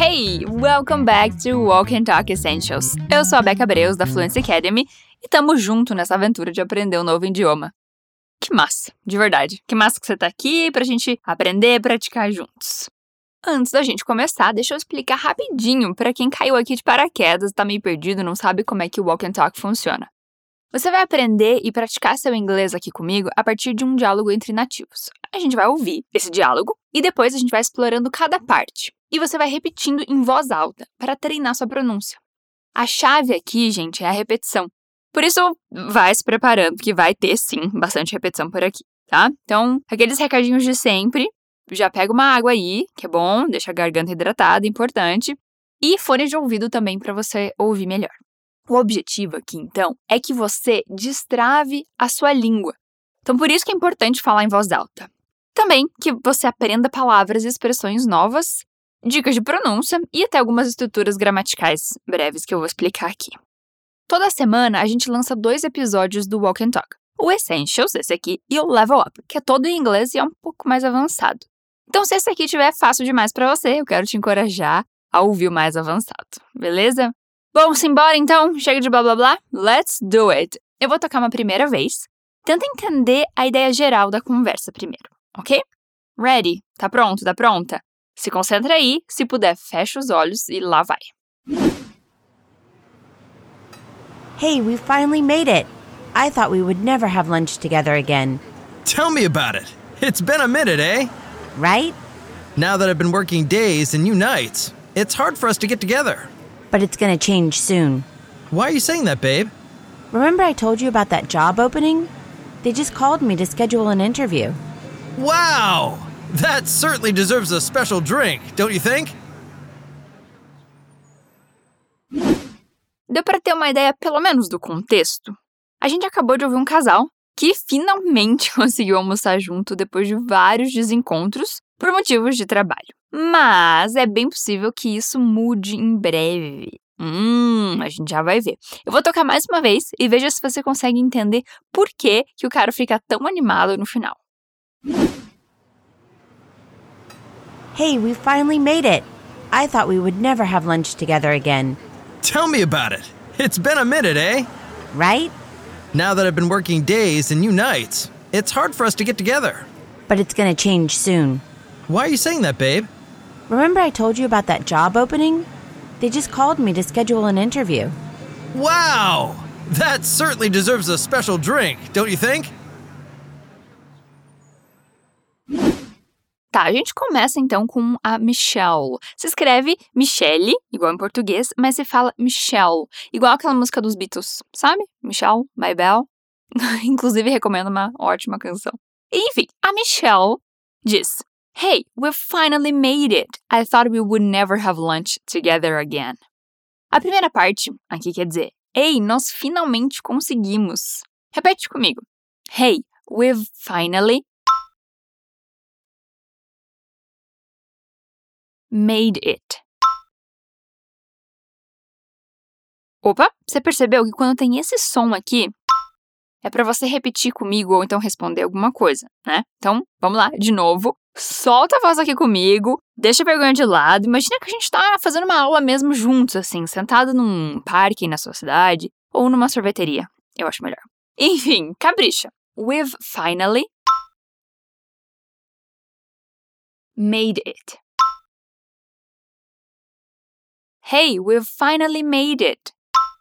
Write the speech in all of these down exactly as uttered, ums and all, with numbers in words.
Hey, welcome back to Walk and Talk Essentials. Eu sou a Becca Breus, da Fluency Academy, e tamo junto nessa aventura de aprender um novo idioma. Que massa, de verdade. Que massa que você tá aqui pra gente aprender e praticar juntos. Antes da gente começar, deixa eu explicar rapidinho pra quem caiu aqui de paraquedas, tá meio perdido, não sabe como é que o Walk and Talk funciona. Você vai aprender e praticar seu inglês aqui comigo a partir de um diálogo entre nativos. A gente vai ouvir esse diálogo e depois a gente vai explorando cada parte. E você vai repetindo em voz alta para treinar sua pronúncia. A chave aqui, gente, é a repetição. Por isso, vai se preparando, que vai ter, sim, bastante repetição por aqui, tá? Então, aqueles recadinhos de sempre, já pega uma água aí, que é bom, deixa a garganta hidratada, importante. E fone de ouvido também para você ouvir melhor. O objetivo aqui, então, é que você destrave a sua língua. Então, por isso que é importante falar em voz alta. Também que você aprenda palavras e expressões novas, dicas de pronúncia e até algumas estruturas gramaticais breves que eu vou explicar aqui. Toda semana, a gente lança dois episódios do Walk and Talk. O Essentials, esse aqui, e o Level Up, que é todo em inglês e é um pouco mais avançado. Então, se esse aqui estiver fácil demais para você, eu quero te encorajar a ouvir o mais avançado, beleza? Bom, simbora então, chega de blá blá blá, let's do it! Eu vou tocar uma primeira vez, tenta entender a ideia geral da conversa primeiro, ok? Ready? Tá pronto? Tá pronta? Se concentra aí, se puder, fecha os olhos e lá vai. Hey, we finally made it! I thought we would never have lunch together again. Tell me about it! It's been a minute, eh? Right? Now that I've been working days and you nights, it's hard for us to get together. But it's gonna change soon. Why are you saying that, babe? Remember I told you about that job opening? They just called me to schedule an interview. Wow! That certainly deserves a special drink, don't you think? Deu para ter uma ideia, pelo menos, do contexto? A gente acabou de ouvir um casal que finalmente conseguiu almoçar junto depois de vários desencontros por motivos de trabalho. Mas é bem possível que isso mude em breve. Hum, a gente já vai ver. Eu vou tocar mais uma vez e veja se você consegue entender por que, que o cara fica tão animado no final. Hey, we finally made it! I thought we would never have lunch together again. Tell me about it! It's been a minute, eh? Right? Now that I've been working days and you nights, it's hard for us to get together. But it's gonna change soon. Why are you saying that, babe? Remember I told you about that job opening? They just called me to schedule an interview. Wow! That certainly deserves a special drink, don't you think? Tá, a gente começa então com a Michelle. Se escreve Michelle, igual em português, mas se fala Michelle, igual aquela música dos Beatles, sabe? Michelle, My Belle. Inclusive, recomendo uma ótima canção. Enfim, a Michelle diz: Hey, we finally made it. I thought we would never have lunch together again. A primeira parte aqui quer dizer: Ei, nós finalmente conseguimos. Repete comigo. Hey, we've finally made it. Opa, você percebeu que quando tem esse som aqui, é para você repetir comigo ou então responder alguma coisa, né? Então, vamos lá, de novo. Solta a voz aqui comigo, deixa a vergonha de lado. Imagina que a gente tá fazendo uma aula mesmo juntos, assim, sentado num parque na sua cidade ou numa sorveteria. Eu acho melhor. Enfim, capricha. We've finally made it. Hey, we've finally made it.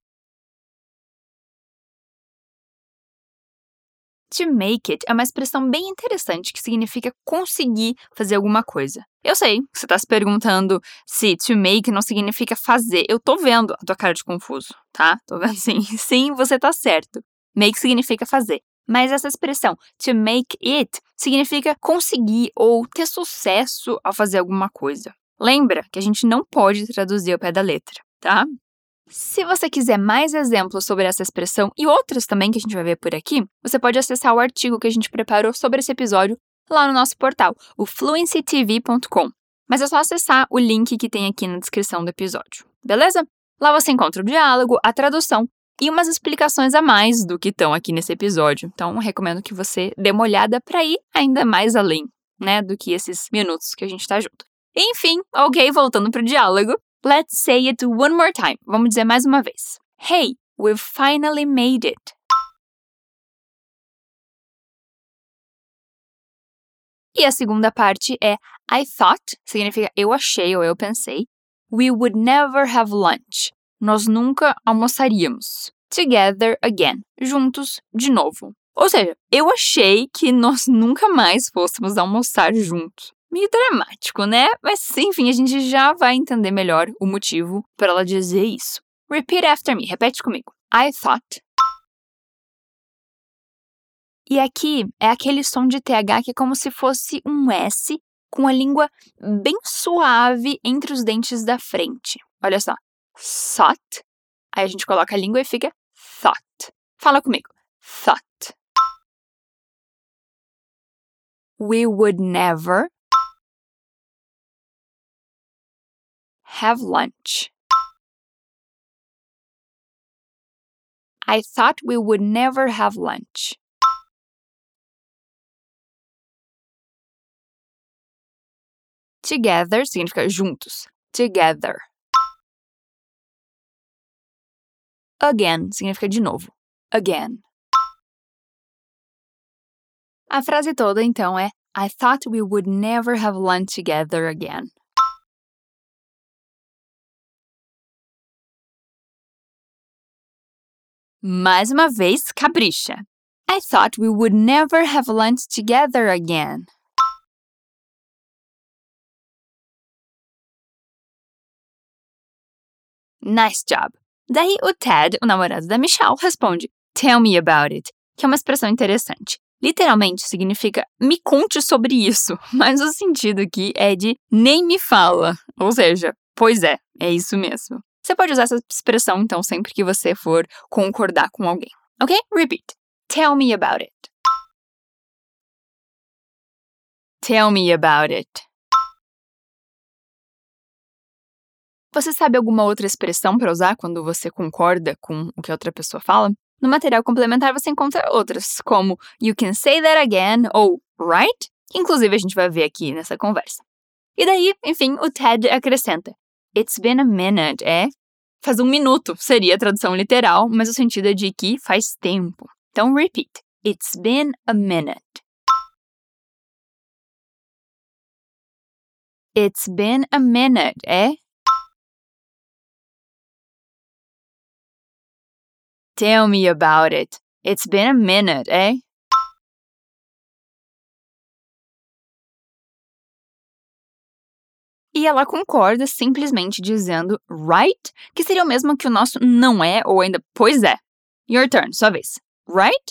To make it é uma expressão bem interessante que significa conseguir fazer alguma coisa. Eu sei que você está se perguntando se to make não significa fazer. Eu tô vendo a tua cara de confuso, tá? Tô vendo sim. Sim, você tá certo. Make significa fazer. Mas essa expressão to make it significa conseguir ou ter sucesso ao fazer alguma coisa. Lembra que a gente não pode traduzir ao pé da letra, tá? Se você quiser mais exemplos sobre essa expressão e outras também que a gente vai ver por aqui, você pode acessar o artigo que a gente preparou sobre esse episódio lá no nosso portal, o fluency t v ponto com. Mas é só acessar o link que tem aqui na descrição do episódio, beleza? Lá você encontra o diálogo, a tradução e umas explicações a mais do que estão aqui nesse episódio. Então, recomendo que você dê uma olhada para ir ainda mais além, né, do que esses minutos que a gente está junto. Enfim, ok, voltando pro diálogo. Let's say it one more time. Vamos dizer mais uma vez. Hey, we've finally made it. E a segunda parte é I thought, significa eu achei ou eu pensei. We would never have lunch. Nós nunca almoçaríamos. Together again. Juntos de novo. Ou seja, eu achei que nós nunca mais fôssemos almoçar juntos. Meio dramático, né? Mas enfim, a gente já vai entender melhor o motivo para ela dizer isso. Repeat after me. Repete comigo. I thought. E aqui é aquele som de T H que é como se fosse um S com a língua bem suave entre os dentes da frente. Olha só. Thought. Aí a gente coloca a língua e fica thought. Fala comigo. Thought. We would never have lunch. I thought we would never have lunch. Together significa juntos. Together. Again significa de novo. Again. A frase toda, então, é I thought we would never have lunch together again. Mais uma vez, capricha. I thought we would never have lunch together again. Nice job. Daí o Ted, o namorado da Michelle, responde Tell me about it, que é uma expressão interessante. Literalmente significa me conte sobre isso, mas o sentido aqui é de nem me fala. Ou seja, pois é, é isso mesmo. Você pode usar essa expressão, então, sempre que você for concordar com alguém. Ok? Repeat. Tell me about it. Tell me about it. Você sabe alguma outra expressão para usar quando você concorda com o que a outra pessoa fala? No material complementar você encontra outras, como you can say that again ou right, que inclusive a gente vai ver aqui nessa conversa. E daí, enfim, o Ted acrescenta It's been a minute, é? Faz um minuto, seria a tradução literal, mas o sentido é de que faz tempo. Então, repeat. It's been a minute. It's been a minute, é? Tell me about it. It's been a minute, eh? E ela concorda simplesmente dizendo right, que seria o mesmo que o nosso não é ou ainda pois é. Your turn, sua vez. Right?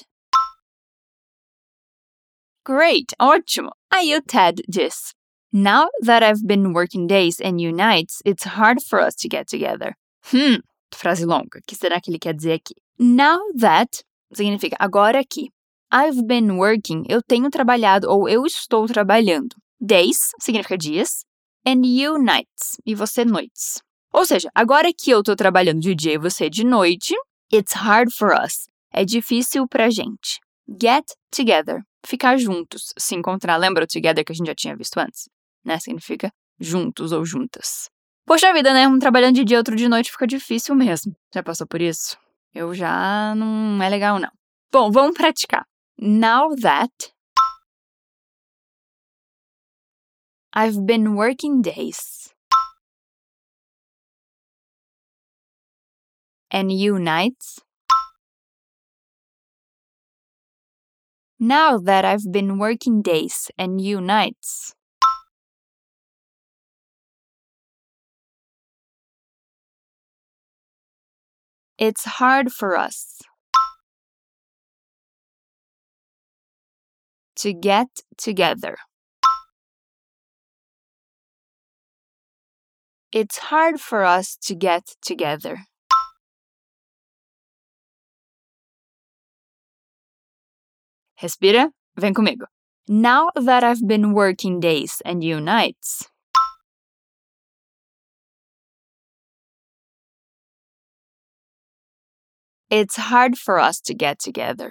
Great, ótimo. Aí o Ted diz Now that I've been working days and you nights, it's hard for us to get together. Hmm, frase longa. O que será que ele quer dizer aqui? Now that significa agora que. I've been working, eu tenho trabalhado ou eu estou trabalhando. Days significa dias. And you nights, e você noites. Ou seja, agora que eu tô trabalhando de dia e você de noite, it's hard for us. É difícil pra gente. Get together, ficar juntos, se encontrar. Lembra o together que a gente já tinha visto antes? Né? Significa juntos ou juntas. Poxa vida, né? Um trabalhando de dia, outro de noite fica difícil mesmo. Já passou por isso? Eu já não é legal, não. Bom, vamos praticar. Now that I've been working days and you nights. Now that I've been working days and you nights. It's hard for us to get together. It's hard for us to get together. Respira, vem comigo. Now that I've been working days and you nights. It's hard for us to get together.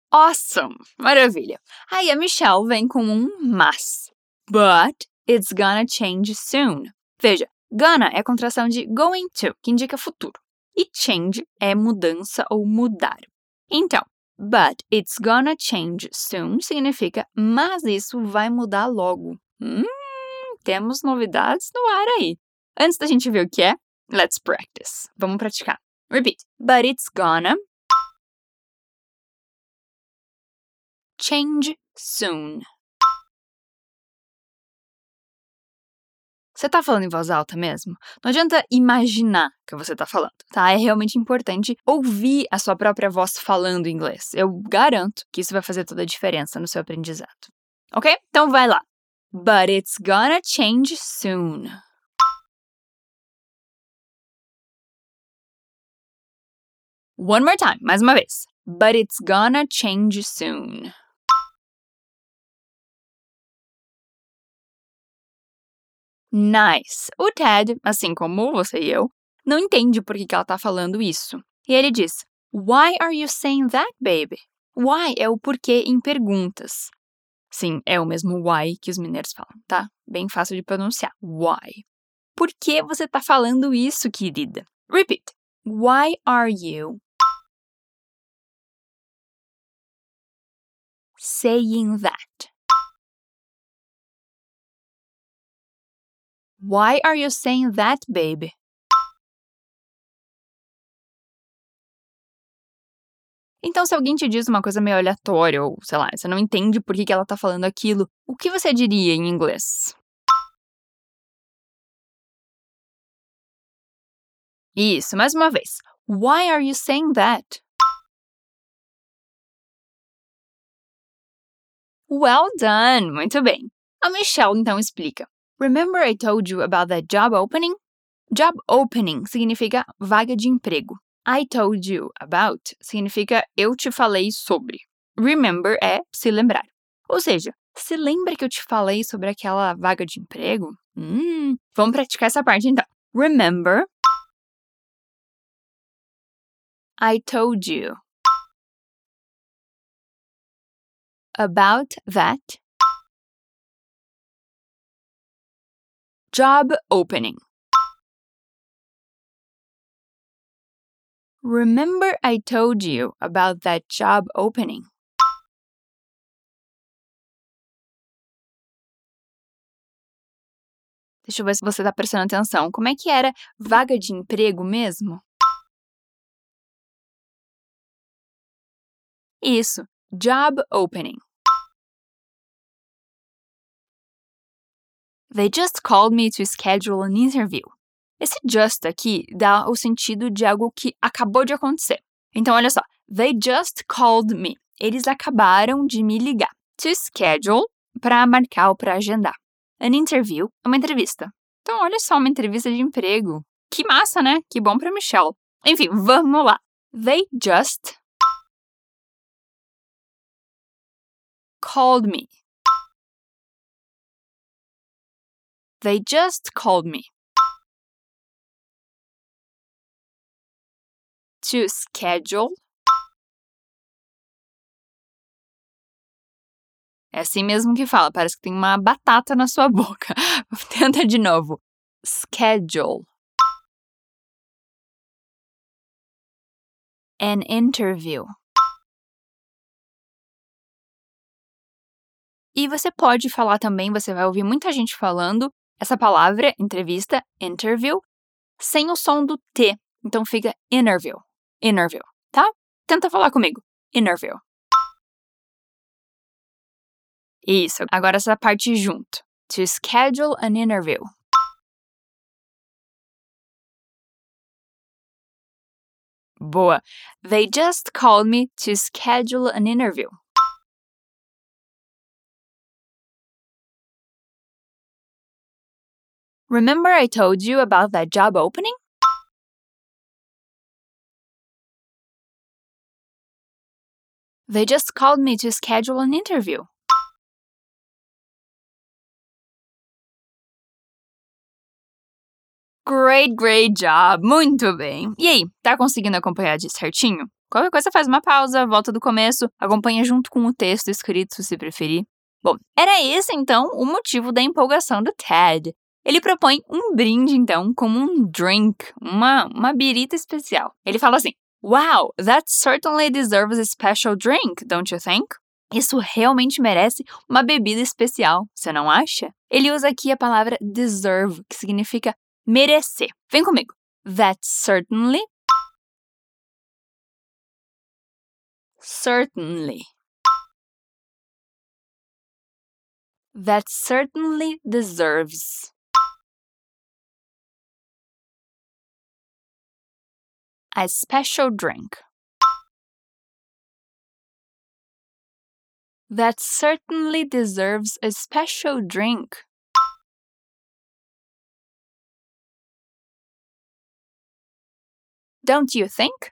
Awesome! Maravilha. Aí a Michelle vem com um mas. But it's gonna change soon. Veja, gonna é a contração de going to, que indica futuro. E change é mudança ou mudar. Então, but it's gonna change soon significa mas isso vai mudar logo. Hum, temos novidades no ar aí. Antes da gente ver o que é, let's practice. Vamos praticar. Repeat. But it's gonna change soon. Você tá falando em voz alta mesmo? Não adianta imaginar que você tá falando, tá? É realmente importante ouvir a sua própria voz falando inglês. Eu garanto que isso vai fazer toda a diferença no seu aprendizado. Ok? Então vai lá. But it's gonna change soon. One more time, mais uma vez. But it's gonna change soon. Nice. O Ted, assim como você e eu, não entende por que que ela tá falando isso. E ele diz, Why are you saying that, baby? Why é o porquê em perguntas. Sim, é o mesmo why que os mineiros falam, tá? Bem fácil de pronunciar. Why. Por que você tá falando isso, querida? Repeat. Why are you saying that? Why are you saying that, baby? Então, se alguém te diz uma coisa meio aleatória, ou, sei lá, você não entende por que que ela tá falando aquilo, o que você diria em inglês? Isso, mais uma vez. Why are you saying that? Well done! Muito bem. A Michelle, então, explica. Remember I told you about that job opening? Job opening significa vaga de emprego. I told you about significa eu te falei sobre. Remember é se lembrar. Ou seja, se lembra que eu te falei sobre aquela vaga de emprego? Hum, vamos praticar essa parte então. Remember, I told you about that job opening. Remember I told you about that job opening. Deixa eu ver se você está prestando atenção. Como é que era vaga de emprego mesmo? Isso, job opening. They just called me to schedule an interview. Esse just aqui dá o sentido de algo que acabou de acontecer. Então, olha só. They just called me. Eles acabaram de me ligar. To schedule, para marcar ou para agendar. An interview é uma entrevista. Então, olha só, uma entrevista de emprego. Que massa, né? Que bom para Michelle. Enfim, vamos lá. They just called me. They just called me. To schedule. É assim mesmo que fala, parece que tem uma batata na sua boca. Tenta de novo. Schedule. An interview. E você pode falar também, você vai ouvir muita gente falando essa palavra, entrevista, interview, sem o som do T. Então fica interview. Interview, tá? Tenta falar comigo. Interview. Isso, agora essa parte junto. To schedule an interview. Boa. They just called me to schedule an interview. Remember I told you about that job opening? They just called me to schedule an interview. Great, great job! Muito bem! E aí, tá conseguindo acompanhar de certinho? Qualquer coisa faz uma pausa, volta do começo, acompanha junto com o texto escrito se você preferir. Bom, era esse então o motivo da empolgação do Ted. Ele propõe um brinde então como um drink, uma, uma birita especial. Ele fala assim: Wow, that certainly deserves a special drink, don't you think? Isso realmente merece uma bebida especial, você não acha? Ele usa aqui a palavra deserve, que significa merecer. Vem comigo. That certainly Certainly. That certainly deserves. A special drink. That certainly deserves a special drink. Don't you think?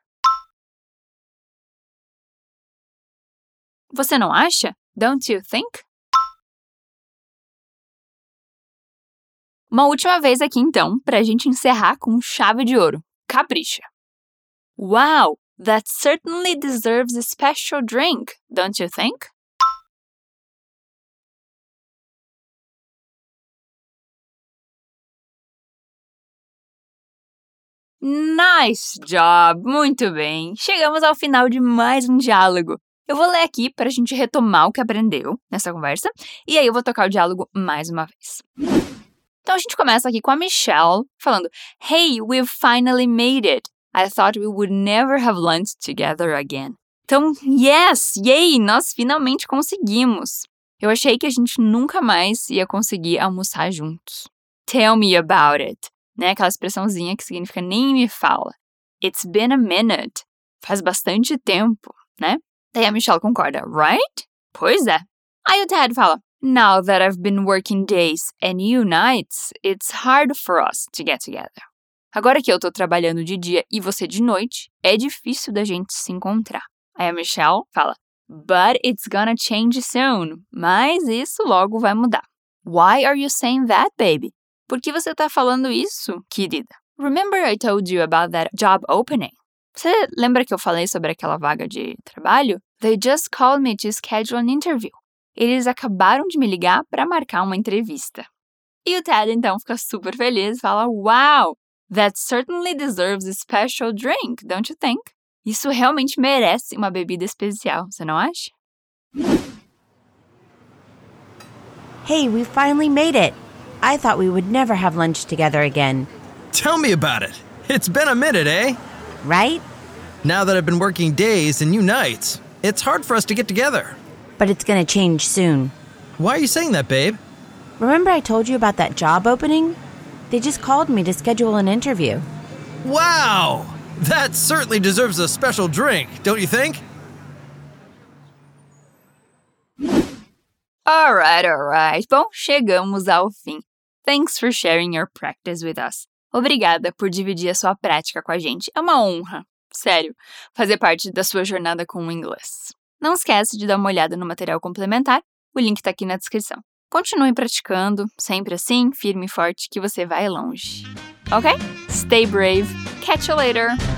Você não acha? Don't you think? Uma última vez aqui então, pra gente encerrar com chave de ouro. Capricha. Wow, that certainly deserves a special drink, don't you think? Nice job! Muito bem! Chegamos ao final de mais um diálogo. Eu vou ler aqui para a gente retomar o que aprendeu nessa conversa, e aí eu vou tocar o diálogo mais uma vez. Então a gente começa aqui com a Michelle falando: Hey, we've finally made it. I thought we would never have lunch together again. Então, yes, yay, nós finalmente conseguimos. Eu achei que a gente nunca mais ia conseguir almoçar juntos. Tell me about it. Né? Aquela expressãozinha que significa nem me fala. It's been a minute. Faz bastante tempo, né? Daí a Michelle concorda, right? Pois é. Aí o Ted fala: Now that I've been working days and you nights, it's hard for us to get together. Agora que eu tô trabalhando de dia e você de noite, é difícil da gente se encontrar. Aí a Michelle fala: But it's gonna change soon. Mas isso logo vai mudar. Why are you saying that, baby? Por que você tá falando isso, querida? Remember I told you about that job opening? Você lembra que eu falei sobre aquela vaga de trabalho? They just called me to schedule an interview. Eles acabaram de me ligar para marcar uma entrevista. E o Ted, então, fica super feliz e fala: Wow, that certainly deserves a special drink, don't you think? Isso realmente merece uma bebida especial, você não acha? Hey, we finally made it. I thought we would never have lunch together again. Tell me about it. It's been a minute, eh? Right? Now that I've been working days and you nights, it's hard for us to get together. But it's gonna change soon. Why are you saying that, babe? Remember I told you about that job opening? They just called me to schedule an interview. Wow! That certainly deserves a special drink, don't you think? Alright, alright. Bom, chegamos ao fim. Thanks for sharing your practice with us. Obrigada por dividir a sua prática com a gente. É uma honra, sério, fazer parte da sua jornada com o inglês. Não esquece de dar uma olhada no material complementar, o link tá aqui na descrição. Continue praticando, sempre assim, firme e forte, que você vai longe. Ok? Stay brave. Catch you later!